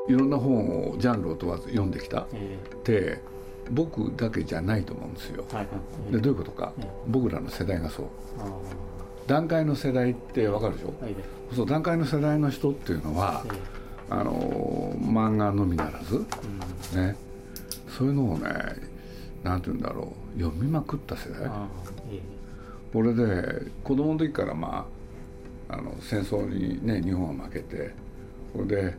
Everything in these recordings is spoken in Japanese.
いろんな本をジャンルを問わず読んできたって僕だけじゃないと思うんですよ。でどういうことか、僕らの世代がそう。団塊の世代って分かるでしょ。そう、団塊の世代の人っていうのは、漫画のみならず、ね、そういうのをね、なんていうんだろう、読みまくった世代。これで子供の時から、戦争にね日本は負けて、これで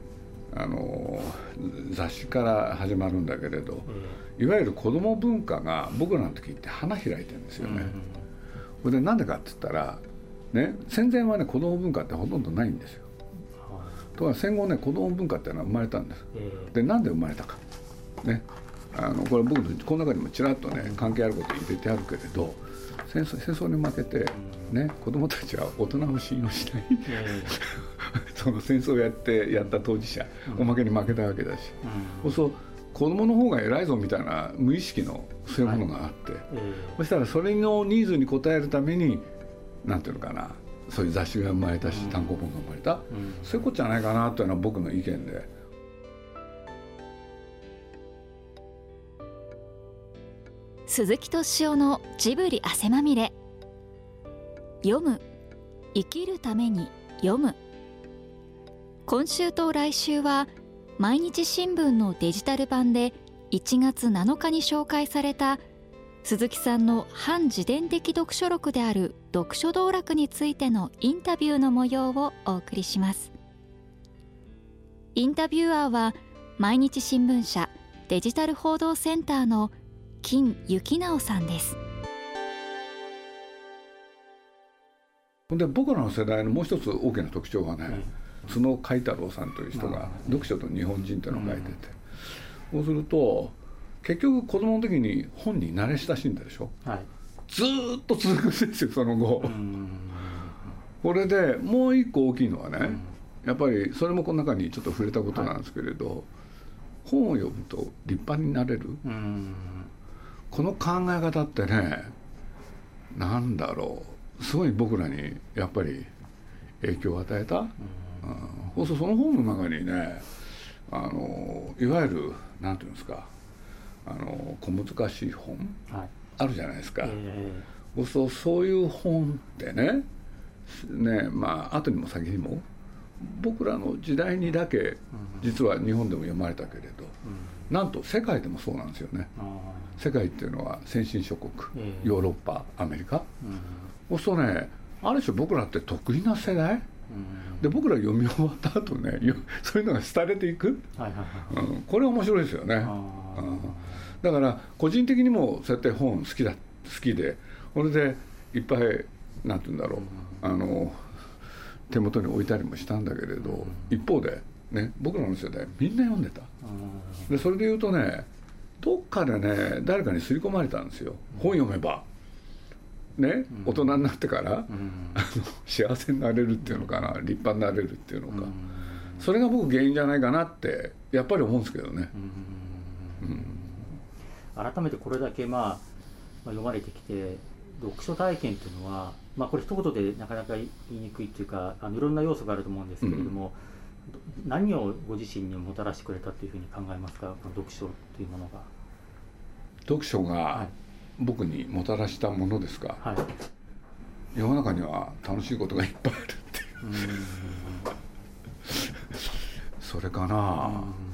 雑誌から始まるんだけれど、いわゆる子供文化が僕らの時って花開いてるんですよね。これでなんでかって言ったらね、戦前はね子供文化ってほとんどないんですよ。ところが戦後ね子供文化っていうのは生まれたんです。でなんで生まれたかね、これ僕のこの中にもちらっとね関係あること入れてあるけれど、戦争に負けてね、子供たちは大人を信用しないその戦争をやった当事者、おまけに負けたわけだし、そう子供の方が偉いぞみたいな無意識のそういうものがあって、そしたらそれのニーズに応えるためになんていうのかな、そういう雑誌が生まれたし、単行本が生まれた、そういうことじゃないかなというのは僕の意見で。 鈴木敏夫のジブリ汗まみれ。読む、生きるために読む。今週と来週は毎日新聞のデジタル版で1月7日に紹介された鈴木さんの反自伝的読書録である読書道楽についてのインタビューの模様をお送りします。インタビュアーは毎日新聞社デジタル報道センターの金幸直さんです。 で僕らの世代のもう一つ大きな特徴がね、角海太郎さんという人が読書と日本人というのを書いてて、そうすると結局子供の時に本に慣れ親しんだでしょ、ずーっと続くんですよその後。これでもう一個大きいのはね、やっぱりそれもこの中にちょっと触れたことなんですけれど、本を読むと立派になれる、この考え方ってね、なんだろう、すごい僕らにやっぱり影響を与えた。その本の中にね、いわゆるなんていうんですか、小難しい本、あるじゃないですか。そういう本ってね、後にも先にも僕らの時代にだけ実は日本でも読まれたけれど、なんと世界でもそうなんですよね。世界っていうのは先進諸国、ヨーロッパ、アメリカ、そうね、ある種僕らって得意な世代で、僕ら読み終わった後ね、そういうのが廃れていく、これ面白いですよね。だから個人的にもそうやって本好きで、これでいっぱいなんていうんだろう、手元に置いたりもしたんだけれど、一方でね、僕らの世代みんな読んでた。でそれで言うとね、どっかでね誰かに刷り込まれたんですよ。本読めばね、大人になってから、幸せになれるっていうのかな、立派になれるっていうのか、それが僕原因じゃないかなってやっぱり思うんですけどね。 改めてこれだけ読まれてきて、読書体験というのは、これ一言でなかなか言いにくいっていうか、いろんな要素があると思うんですけれども、何をご自身にもたらしてくれたというふうに考えますか、この読書というものが。 読書が僕にもたらしたものですか。世の中には楽しいことがいっぱいあるっていうそれかな。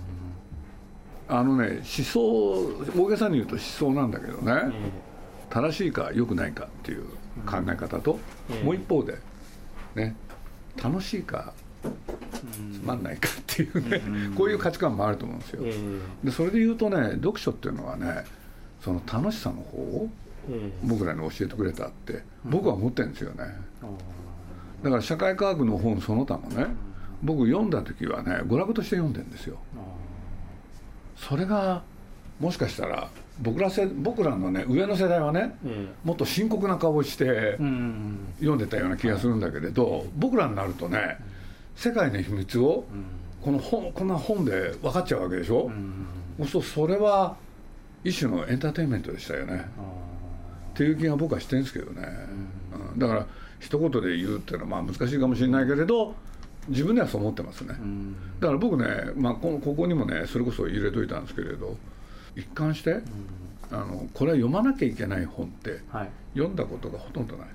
思想、大げさに言うと思想なんだけどね、正しいか良くないかっていう考え方と、もう一方でね、楽しいかつまんないかっていうね、こういう価値観もあると思うんですよ。でそれで言うとね、読書っていうのはね、その楽しさの方を僕らに教えてくれたって僕は思ってるんですよね。だから社会科学の本その他もね、僕読んだ時はね娯楽として読んでるんですよ。それがもしかしたら僕らのね上の世代はね、もっと深刻な顔をして読んでたような気がするんだけれど、僕らになるとね、世界の秘密をこんな本で分かっちゃうわけでしょ。それは一種のエンターテインメントでしたよねっていう気が僕はしてるんですけどね。だから一言で言うっていうのは難しいかもしれないけれど、 自分ではそう思ってますね。だから僕ね、ここにもねそれこそ入れといたんですけれど、一貫して、これは読まなきゃいけない本って、読んだことがほとんどない。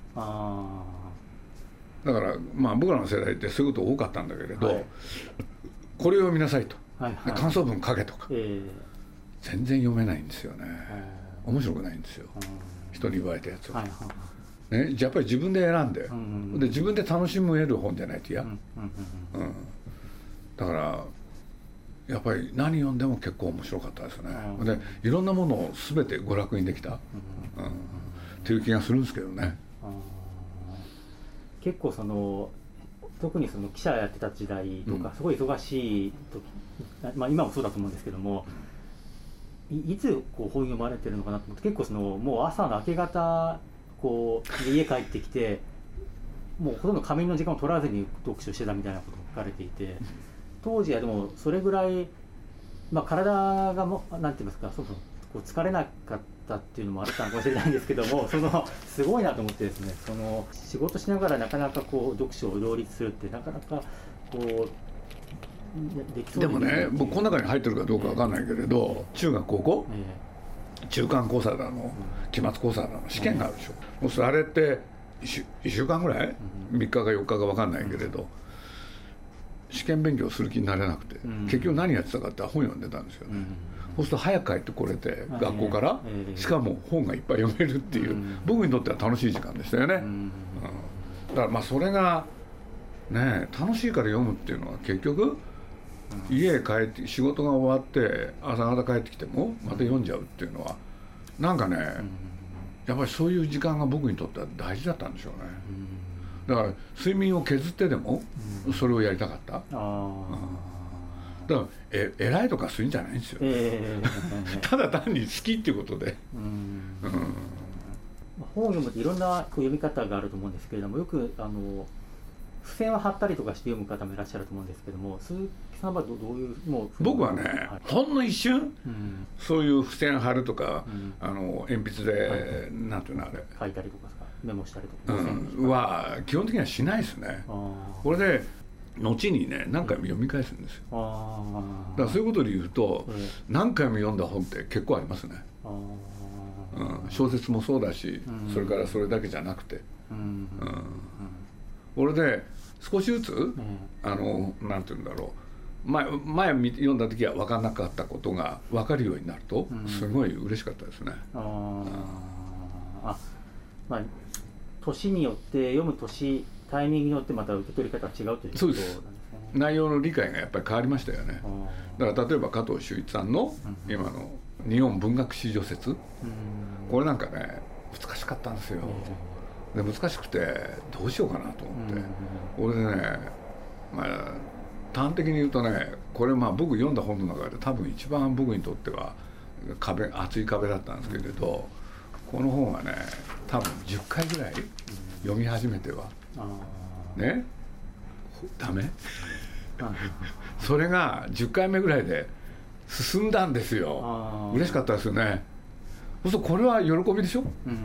だから僕らの世代ってそういうこと多かったんだけれど、これを読みなさいと、感想文書けとか、全然読めないんですよね。面白くないんですよ、人に言われたやつを。ね、やっぱり自分で選んで、で自分で楽しめる本じゃないと嫌。だからやっぱり何読んでも結構面白かったですね。でいろんなものを全て娯楽にできた、っていう気がするんですけどね。 結構特に記者やってた時代とか、すごい忙しい時、今もそうだと思うんですけども、いつ本読まれてるのかなと思って、結構もう朝の明け方家帰ってきて、もうほとんど仮眠の時間を取らずに読書してたみたいなことも書かれていて、当時はでもそれぐらい、体がなんて言いますか、疲れなかったっていうのもあったのかもしれないんですけども、すごいなと思ってですね、仕事しながらなかなか読書を両立するってなかなかできそうでもね、僕この中に入ってるかどうかわかんないけれど、中学高校、中間考査だの期末考査だの試験があるでしょ。もうそれあれって1週間ぐらい、3日か4日か分かんないけれど、試験勉強する気になれなくて、結局何やってたかって本読んでたんですよね。そうすると早く帰ってこれて、学校から、しかも本がいっぱい読めるっていう、僕にとっては楽しい時間でしたよね。だからそれがね、楽しいから読むっていうのは結局家へ帰って仕事が終わって朝方帰ってきてもまた読んじゃうっていうのはなんかね、やっぱりそういう時間が僕にとっては大事だったんでしょうね。だから睡眠を削ってでもそれをやりたかった。だから偉いとかするんじゃないんですよ、ただ単に好きっていうことで。 本を読むっていろんな読み方があると思うんですけれども、よく付箋を貼ったりとかして読む方もいらっしゃると思うんですけども、鈴木さんはどういう僕はね、ほんの一瞬、そういう付箋貼るとか、鉛筆で、なんていうのあれ書いたりとかメモしたりとか、 は基本的にはしないですね。これで後にね何回も読み返すんですよ。だからそういうことで言うと、何回も読んだ本って結構ありますね。小説もそうだし、それからそれだけじゃなくて、これで少しずつ、なんていうんだろう、前読んだ時は分からなかったことが分かるようになると、すごい嬉しかったですね。 年によって読むタイミングによってまた受け取り方が違うということなんですね。 内容の理解がやっぱり変わりましたよね。だから例えば加藤秀一さんの今の日本文学史序説、これなんかね難しかったんですよ。で難しくてどうしようかなと思って、これでね、端的に言うとね、これ僕読んだ本の中で多分一番僕にとっては厚い壁だったんですけれど、この本はね多分10回ぐらい読み始めてはねダメそれが10回目ぐらいで進んだんですよ。嬉しかったですよね。そうするとこれは喜びでしょ。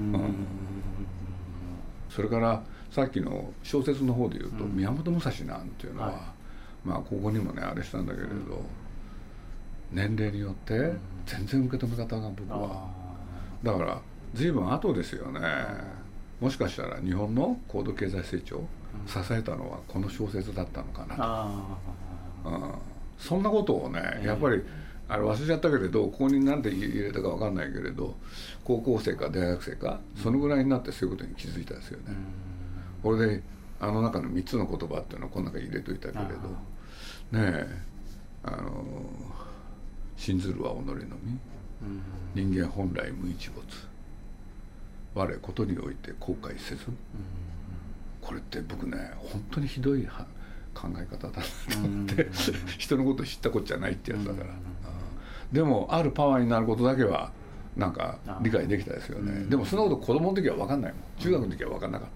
それからさっきの小説の方でいうと、宮本武蔵なんていうのは、ここにもねあれしたんだけれど、年齢によって全然受け止め方が僕はだから随分後ですよね。もしかしたら日本の高度経済成長を支えたのはこの小説だったのかなと。そんなことをねやっぱりあれ忘れちゃったけれど、ここに何で入れたか分かんないけれど、高校生か大学生かそのぐらいになってそういうことに気づいたですよね。これで中の3つの言葉っていうのをこの中に入れといたけれどねえ、信ずるは己のみ、人間本来無一物、我ことにおいて後悔せず、これって僕ね本当にひどい考え方だなと思って人のこと知ったこっちゃないってやつだから、でもあるパワーになることだけはなんか理解できたですよね。でもそんなこと子供の時は分かんないもん。中学の時は分かんなかった。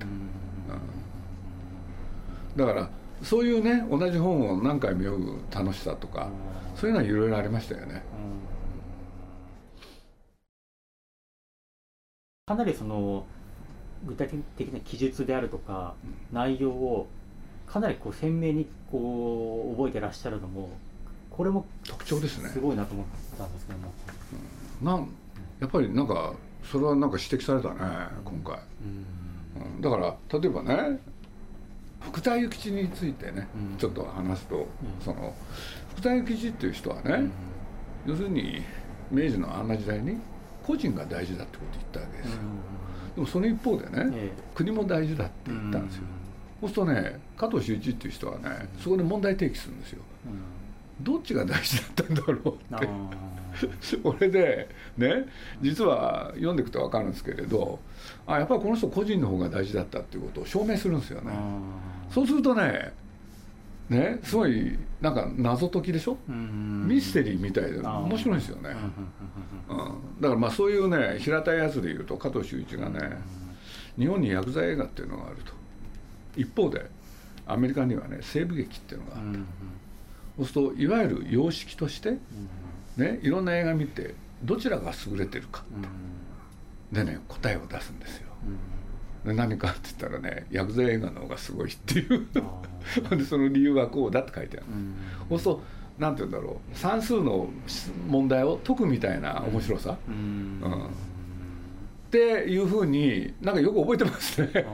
だからそういうね同じ本を何回も読む楽しさとか、そういうのはいろいろありましたよね。 かなり具体的な記述であるとか内容をかなりこう鮮明にこう覚えてらっしゃるのもこれも特徴ですね。 すごいなと思ったんですけども、 やっぱりなんかそれはなんか指摘されたね、今回。だから例えばね、福田諭吉についてね、ちょっと話すと、その福田諭吉っていう人はね、要するに明治のあんな時代に個人が大事だってことを言ったわけですよ。でもその一方でね、国も大事だって言ったんですよ。そうするとね、加藤周一っていう人はね、そこで問題提起するんですよ。どっちが大事だったんだろうってこれでね、実は読んでいくと分かるんですけれど、やっぱりこの人個人の方が大事だったっていうことを証明するんですよね。そうするとね、すごいなんか謎解きでしょ、ミステリーみたいで面白いんですよね。だからまあそういうね、平たいやつでいうと加藤周一がね、日本に薬剤映画っていうのがあると、一方でアメリカにはね西部劇っていうのがあった。そうするといわゆる様式として、いろんな映画見てどちらが優れてるか、でね答えを出すんですよ。で何かって言ったらね、薬剤映画の方がすごいっていうでその理由はこうだって書いてある。そうするとなんて言うんだろう、算数の問題を解くみたいな面白さ、っていうふうになんかよく覚えてますね。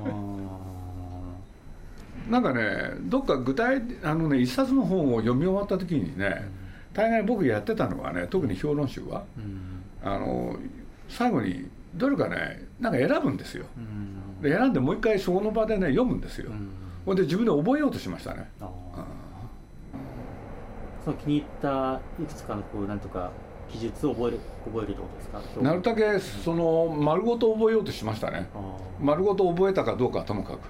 なんかね、どっか具体一冊の本を読み終わった時にね、大概僕やってたのはね、特に評論集は、最後にどれかねなんか選ぶんですよ。で選んでもう一回その場でね読むんですよ。ほんで自分で覚えようとしましたね。 その気に入ったいくつかのこうなんとか記述を覚えるってことですか？ なるだけその丸ごと覚えようとしましたね。丸ごと覚えたかどうかはともかく。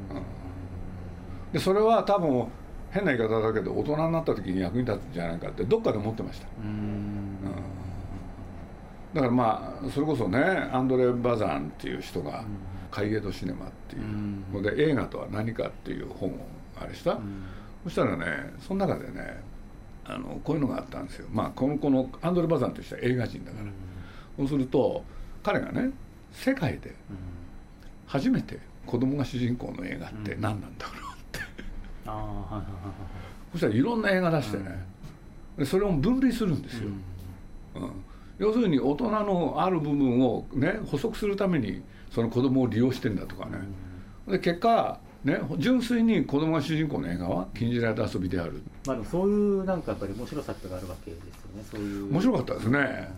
でそれは多分変な言い方だけど大人になった時に役に立つんじゃないかってどっかで思ってました。だからまあそれこそね、アンドレ・バザンっていう人が「カイエド・シネマ」っていうので映画とは何かっていう本をあれした。そしたらね、その中でねこういうのがあったんですよ。まあこのアンドレ・バザンという人は映画人だから、そうすると彼がね、世界で初めて子供が主人公の映画って何なんだろうってそしたらいろんな映画出してね、でそれを分類するんですよ。要するに大人のある部分をね補足するためにその子供を利用してんだとかね。で結果ね、純粋に子供が主人公の映画は禁じられた遊びである。 まあでもそういうなんかやっぱり面白さってがあるわけですよね。そういう面白かったですね。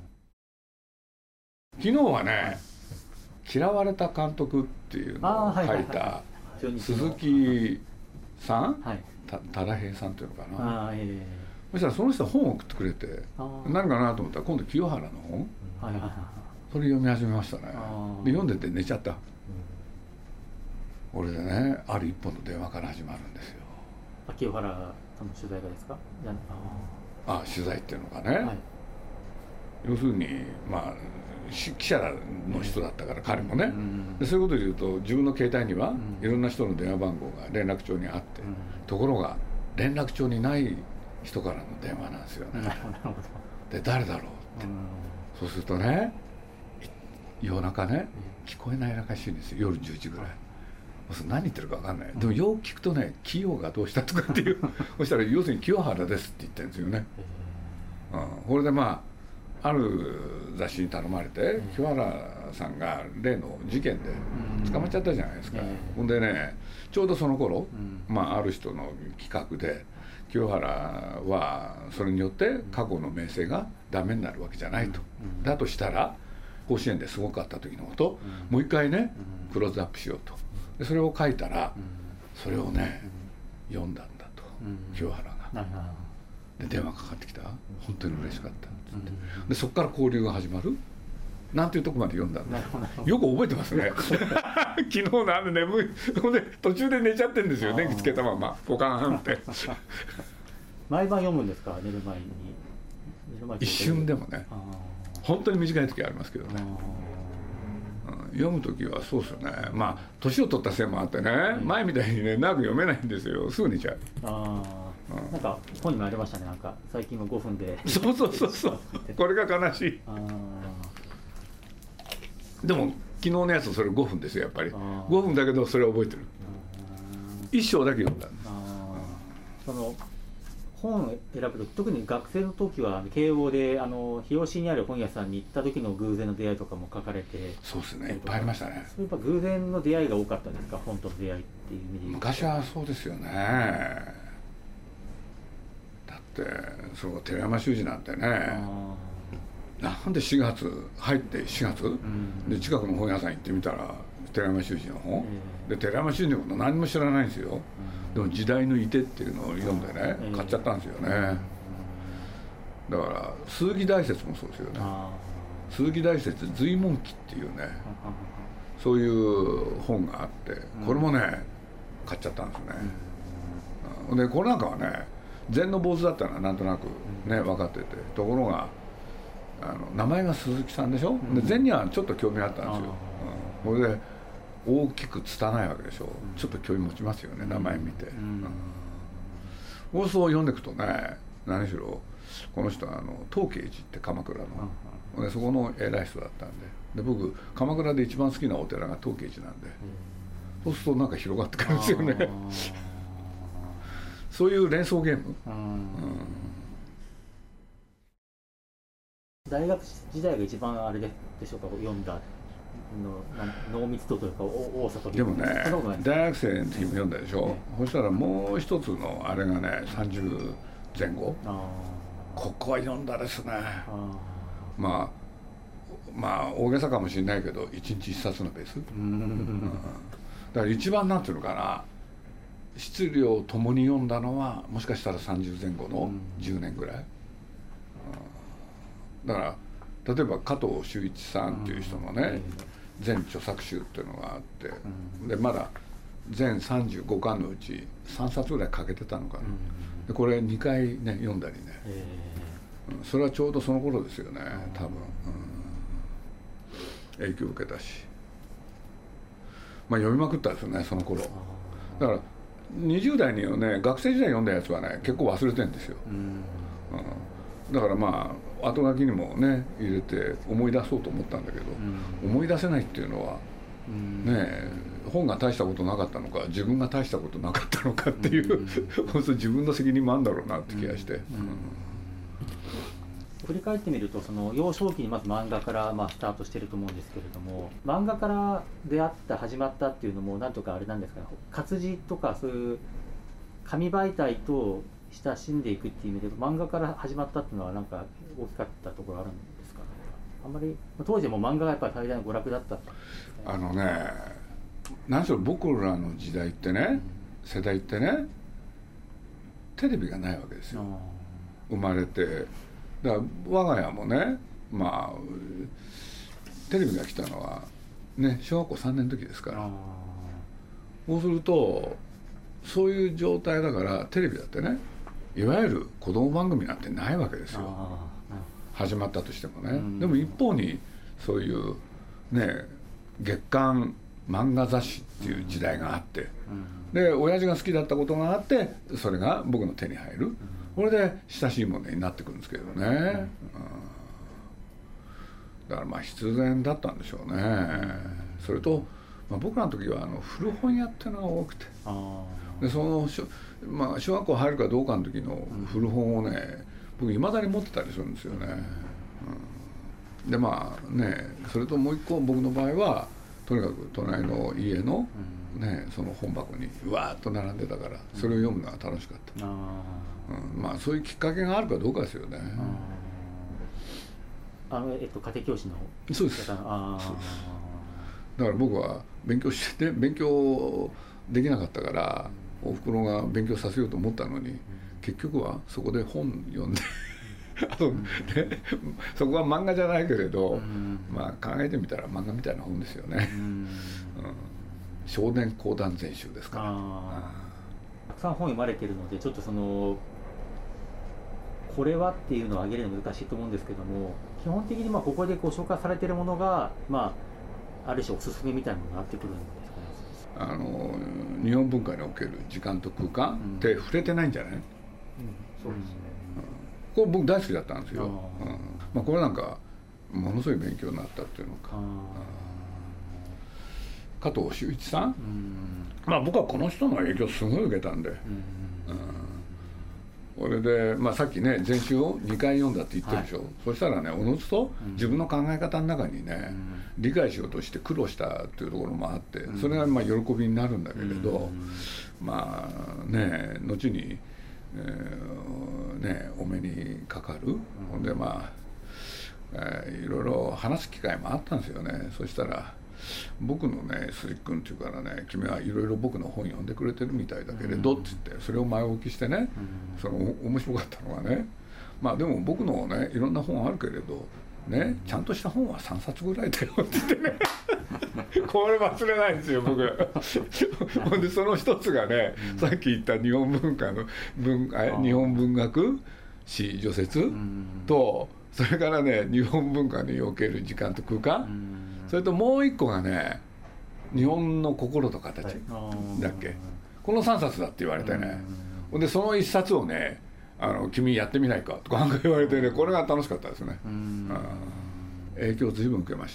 昨日はね、嫌われた監督っていうのを書いた鈴木さん、忠平さんっていうのかな。そしたらその人は本を送ってくれて、何かなと思ったら今度清原の本、それ読み始めましたね。で読んでて寝ちゃった。俺でね、ある一本の電話から始まるんですよ。 清原さんの取材がですか？ 取材っていうのがね、要するにまあ記者の人だったから彼もね、でそういうことで言うと自分の携帯にはいろんな人の電話番号が連絡帳にあって、ところが連絡帳にない人からの電話なんですよね。で誰だろうって、そうするとね、夜中ね聞こえないらしいんですよ、夜10時ぐらい。何言ってるか分かんない。でもよく聞くとね、清がどうしたとかっていうそしたら要するに清原ですって言ってるんですよね。これでまあある雑誌に頼まれて、清原さんが例の事件で捕まっちゃったじゃないですか。ほんでね、ちょうどその頃、ある人の企画で清原はそれによって過去の名声がダメになるわけじゃないと。だとしたら甲子園ですごかった時のこともう一回ねクローズアップしようと。でそれを書いたら、それをね読んだんだと、清原が。で電話かかってきた、本当に嬉しかったっつって、でそこから交流が始まるなんていうとこまで読んだんだ。よく覚えてますね昨日の眠いほんで途中で寝ちゃってるんですよ、電気つけたままポカーンって毎晩読むんですか？寝る前に一瞬でもね、本当に短い時ありますけどね。読む時はそうですよね。まあ年を取ったせいもあってね、前みたいにね長く読めないんですよ。すぐ寝ちゃう。 なんか本にもありましたね。なんか最近は5分で。 そうこれが悲しい。でも昨日のやつそれ5分ですよ、やっぱり。5分だけどそれは覚えてる。 一章だけ読んだんです。 その本を選ぶとき、特に学生の時は慶応で日吉にある本屋さんに行った時の偶然の出会いとかも書かれて、 そうですね、いっぱいありましたね。 そういえば偶然の出会いが多かったんですか、本との出会いっていう意味で。 昔はそうですよね。だってその寺山修司なんてね、なんで4月入って4月、で近くの本屋さん行ってみたら寺山修司の本、で寺山修司のこと何も知らないんですよ。でも時代のいてっていうのを読んでね、買っちゃったんですよね。だから鈴木大拙もそうですよね。鈴木大拙随文記っていうね、そういう本があって、これもね買っちゃったんですね。でこれなんかはね、禅の坊主だったのはなんとなくね分かってて、ところが名前が鈴木さんでしょ、で禅にはちょっと興味あったんですよ。これで大きく拙いわけでしょ、ちょっと興味持ちますよね、名前見て。そう読んでいくとね、何しろこの人は東慶寺って鎌倉の、でそこの偉い人だったんで、僕鎌倉で一番好きなお寺が東慶寺なんで、そうするとなんか広がってくるんですよね。そういう連想ゲーム。 大学時代が一番あれでしょうか、読んだ濃密度というか多さというか。 でもね、大学生の時も読んだでしょ、そしたらもう一つのあれがね、30前後、ここは読んだですね。まあ大げさかもしれないけど1日1冊のペース。だから一番なんていうのかな、質量ともに読んだのはもしかしたら30前後の10年ぐらい。だから例えば加藤修一さんっていう人のね、全著作集っていうのがあって、でまだ全35巻のうち3冊ぐらい欠けてたのかな。でこれ2回ね読んだりね、それはちょうどその頃ですよね、多分。影響を受けたし、読みまくったですよね、その頃。だから20代にね、学生時代読んだやつはね結構忘れてるんですよ。だから後書きにもね入れて思い出そうと思ったんだけど、思い出せないっていうのはね、本が大したことなかったのか自分が大したことなかったのかっていう、自分の責任もあるんだろうなって気がして。 振り返ってみると、その幼少期にまず漫画からスタートしてると思うんですけれども、漫画から出会った始まったっていうのもなんとかあれなんですかね、活字とかそういう紙媒体と親しんでいくっていう意味で漫画から始まったっていうのはなんか大きかったところあるんですかね。あんまり当時も漫画がやっぱり最大の娯楽だったんですね。 何しろ僕らの時代ってね、世代ってね、テレビがないわけですよ、生まれて。だから我が家もね、テレビが来たのはね小学校3年の時ですから。そうするとそういう状態だから、テレビだってね、いわゆる子供番組なんてないわけですよ、始まったとしてもね。でも一方にそういうね月刊漫画雑誌っていう時代があって、で親父が好きだったことがあって、それが僕の手に入る、これで親しいものになってくるんですけどね。だから必然だったんでしょうね。それと、僕らの時は古本屋っていうのが多くて、でその小学校入るかどうかの時の古本をね、僕いまだに持ってたりするんですよね。でそれともう一個、僕の場合はとにかく隣の家のその本箱にうわーっと並んでたから、それを読むのが楽しかった。そういうきっかけがあるかどうかですよね。 家庭教師の。 そうです。だから僕は勉強して勉強できなかったから、おふくろが勉強させようと思ったのに、結局はそこで本読んでそこは漫画じゃないけれど、考えてみたら漫画みたいな本ですよね。少年講談全集ですから。 たくさん本読まれているので、ちょっとこれはっていうのを挙げるの難しいと思うんですけども、基本的にここで紹介されているものがある種おすすめみたいなものになってくるんですかね。 日本文化における時間と空間って触れてないんじゃない？ そうですね。 これ僕大好きだったんですよ。これなんかものすごい勉強になったっていうのか。加藤修一さん、 まあ僕はこの人の影響すごい受けたんで、これで、まあ、さっきね全集を2回読んだって言ってるでしょ、そしたらねおのずと自分の考え方の中にね、理解しようとして苦労したっていうところもあって、それがまあ喜びになるんだけれど、まあね後に、ねお目にかかる、ほんでまあ、いろいろ話す機会もあったんですよね。そしたら僕のね鈴木君っていうからね、君はいろいろ僕の本読んでくれてるみたいだけれどって言って、それを前置きしてね、その面白かったのはね、まあでも僕のねいろんな本あるけれどね、ちゃんとした本は3冊ぐらいだよって言ってねこれ忘れないんですよ僕ほんでその一つがね、さっき言った日本文化の日本文学史序説と、それからね日本文化における時間と空間、それともう一個がね日本の心と形だっけ、この3冊だって言われてね、でその1冊をね君やってみないかとか言われてね、これが楽しかったですね。影響を随分受けました。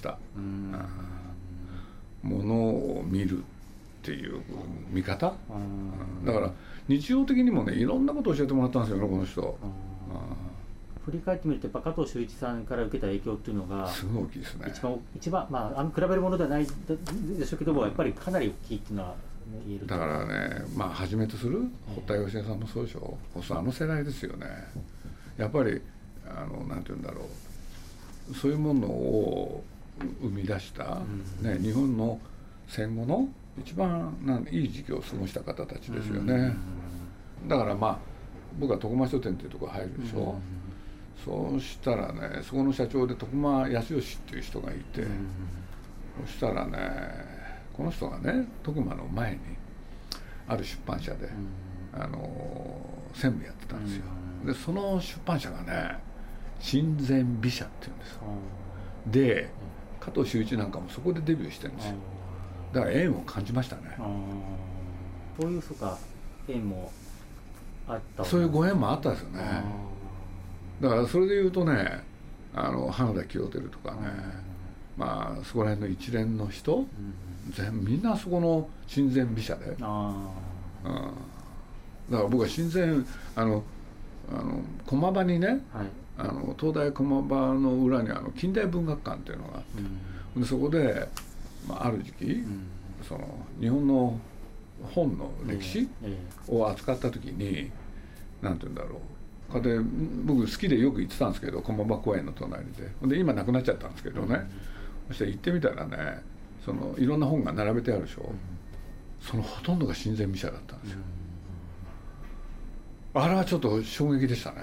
ものを見るっていう見方、だから日常的にもねいろんなことを教えてもらったんですよねこの人。 振り返ってみるとやっぱ加藤修一さんから受けた影響っていうのがすごい大きいですね。 一番まあ比べるものではないでしょうけども、やっぱりかなり大きいっていうのは言える。 だからね、まあ初めとする堀田芳恵さんもそうでしょ、世代ですよね。やっぱりなんていうんだろう、そういうものを生み出した、ね、日本の戦後の一番いい時期を過ごした方たちですよね。だからまあ僕は徳間書店っていうところ入るでしょ、そうしたらねそこの社長で徳間康義っていう人がいて、そしたらねこの人がね徳間の前にある出版社で、専務やってたんですよ。でその出版社がね親善美社っていうんですよ。で加藤修一なんかもそこでデビューしてるんですよ。だから縁を感じましたね。 そういう縁もあった。 そういうご縁もあったですよね。だからそれで言うとね花田清照とかね、まあそこら辺の一連の人、みんなそこの親善美社で、だから僕は親善駒場にね、東大駒場の裏に近代文学館っていうのがあって、でそこで、まあ、ある時期、その日本の本の歴史を扱った時に何て言うんだろう、で僕好きでよく行ってたんですけど、駒場公園の隣で今なくなっちゃったんですけどね、そして行ってみたらねいろんな本が並べてあるでしょ、そのほとんどが親善美社だったんですよ。あれはちょっと衝撃でしたね。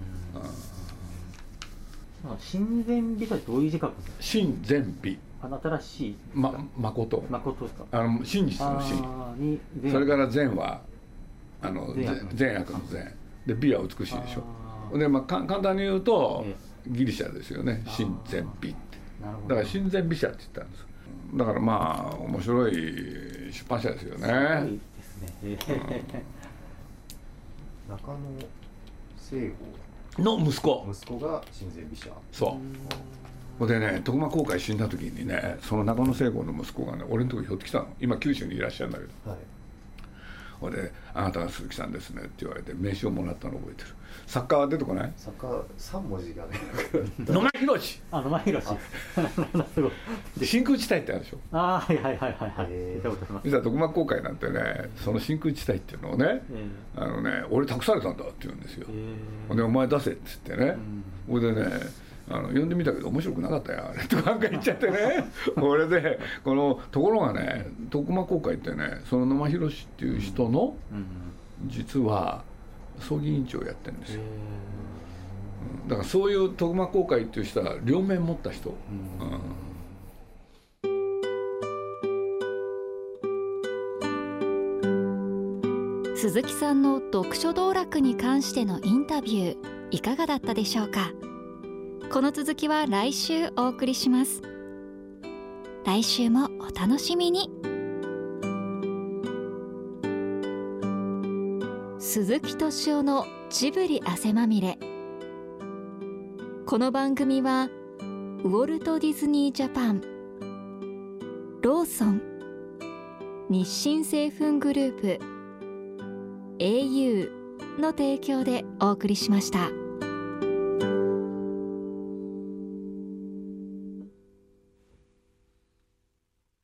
親善美社ってどういう字書くんですか？親善美、 新しい誠ですか？ 真実の真、それから善は善悪の善で、美は美しいでしょ。で、まあ、簡単に言うとギリシャですよね、親善美って。だから親善美社って言ったんです。だからまあ面白い出版社ですよね。 中野聖吾の息子が親善美社。 そうでね、徳間公開死んだ時にね、その中野聖吾の息子がね俺のとこにひょってきたの。今九州にいらっしゃるんだけど、ほいで「あなたが鈴木さんですね」って言われて名刺をもらったのを覚えてる。作家は出てこない？ 作家3文字がね野間博士。 野間博士すごい。 真空地帯ってあるでしょ。 はい。 実は徳間公開なんてね、その真空地帯っていうのをね、俺託されたんだって言うんですよ。でお前出せって言ってね、それでね読んでみたけど面白くなかったよあれとか言っちゃってねこれでところがね徳間公開ってね、その野間博士っていう人の実は葬儀委員長をやってるんですよ。だからそういう徳間公開っていう人は両面持った人。 鈴木さんの読書道楽に関してのインタビューいかがだったでしょうか。この続きは来週お送りします。来週もお楽しみに。鈴木敏夫のジブリ汗まみれ。この番組はウォルト・ディズニー・ジャパン、ローソン、 日清製粉グループ au の提供でお送りしました。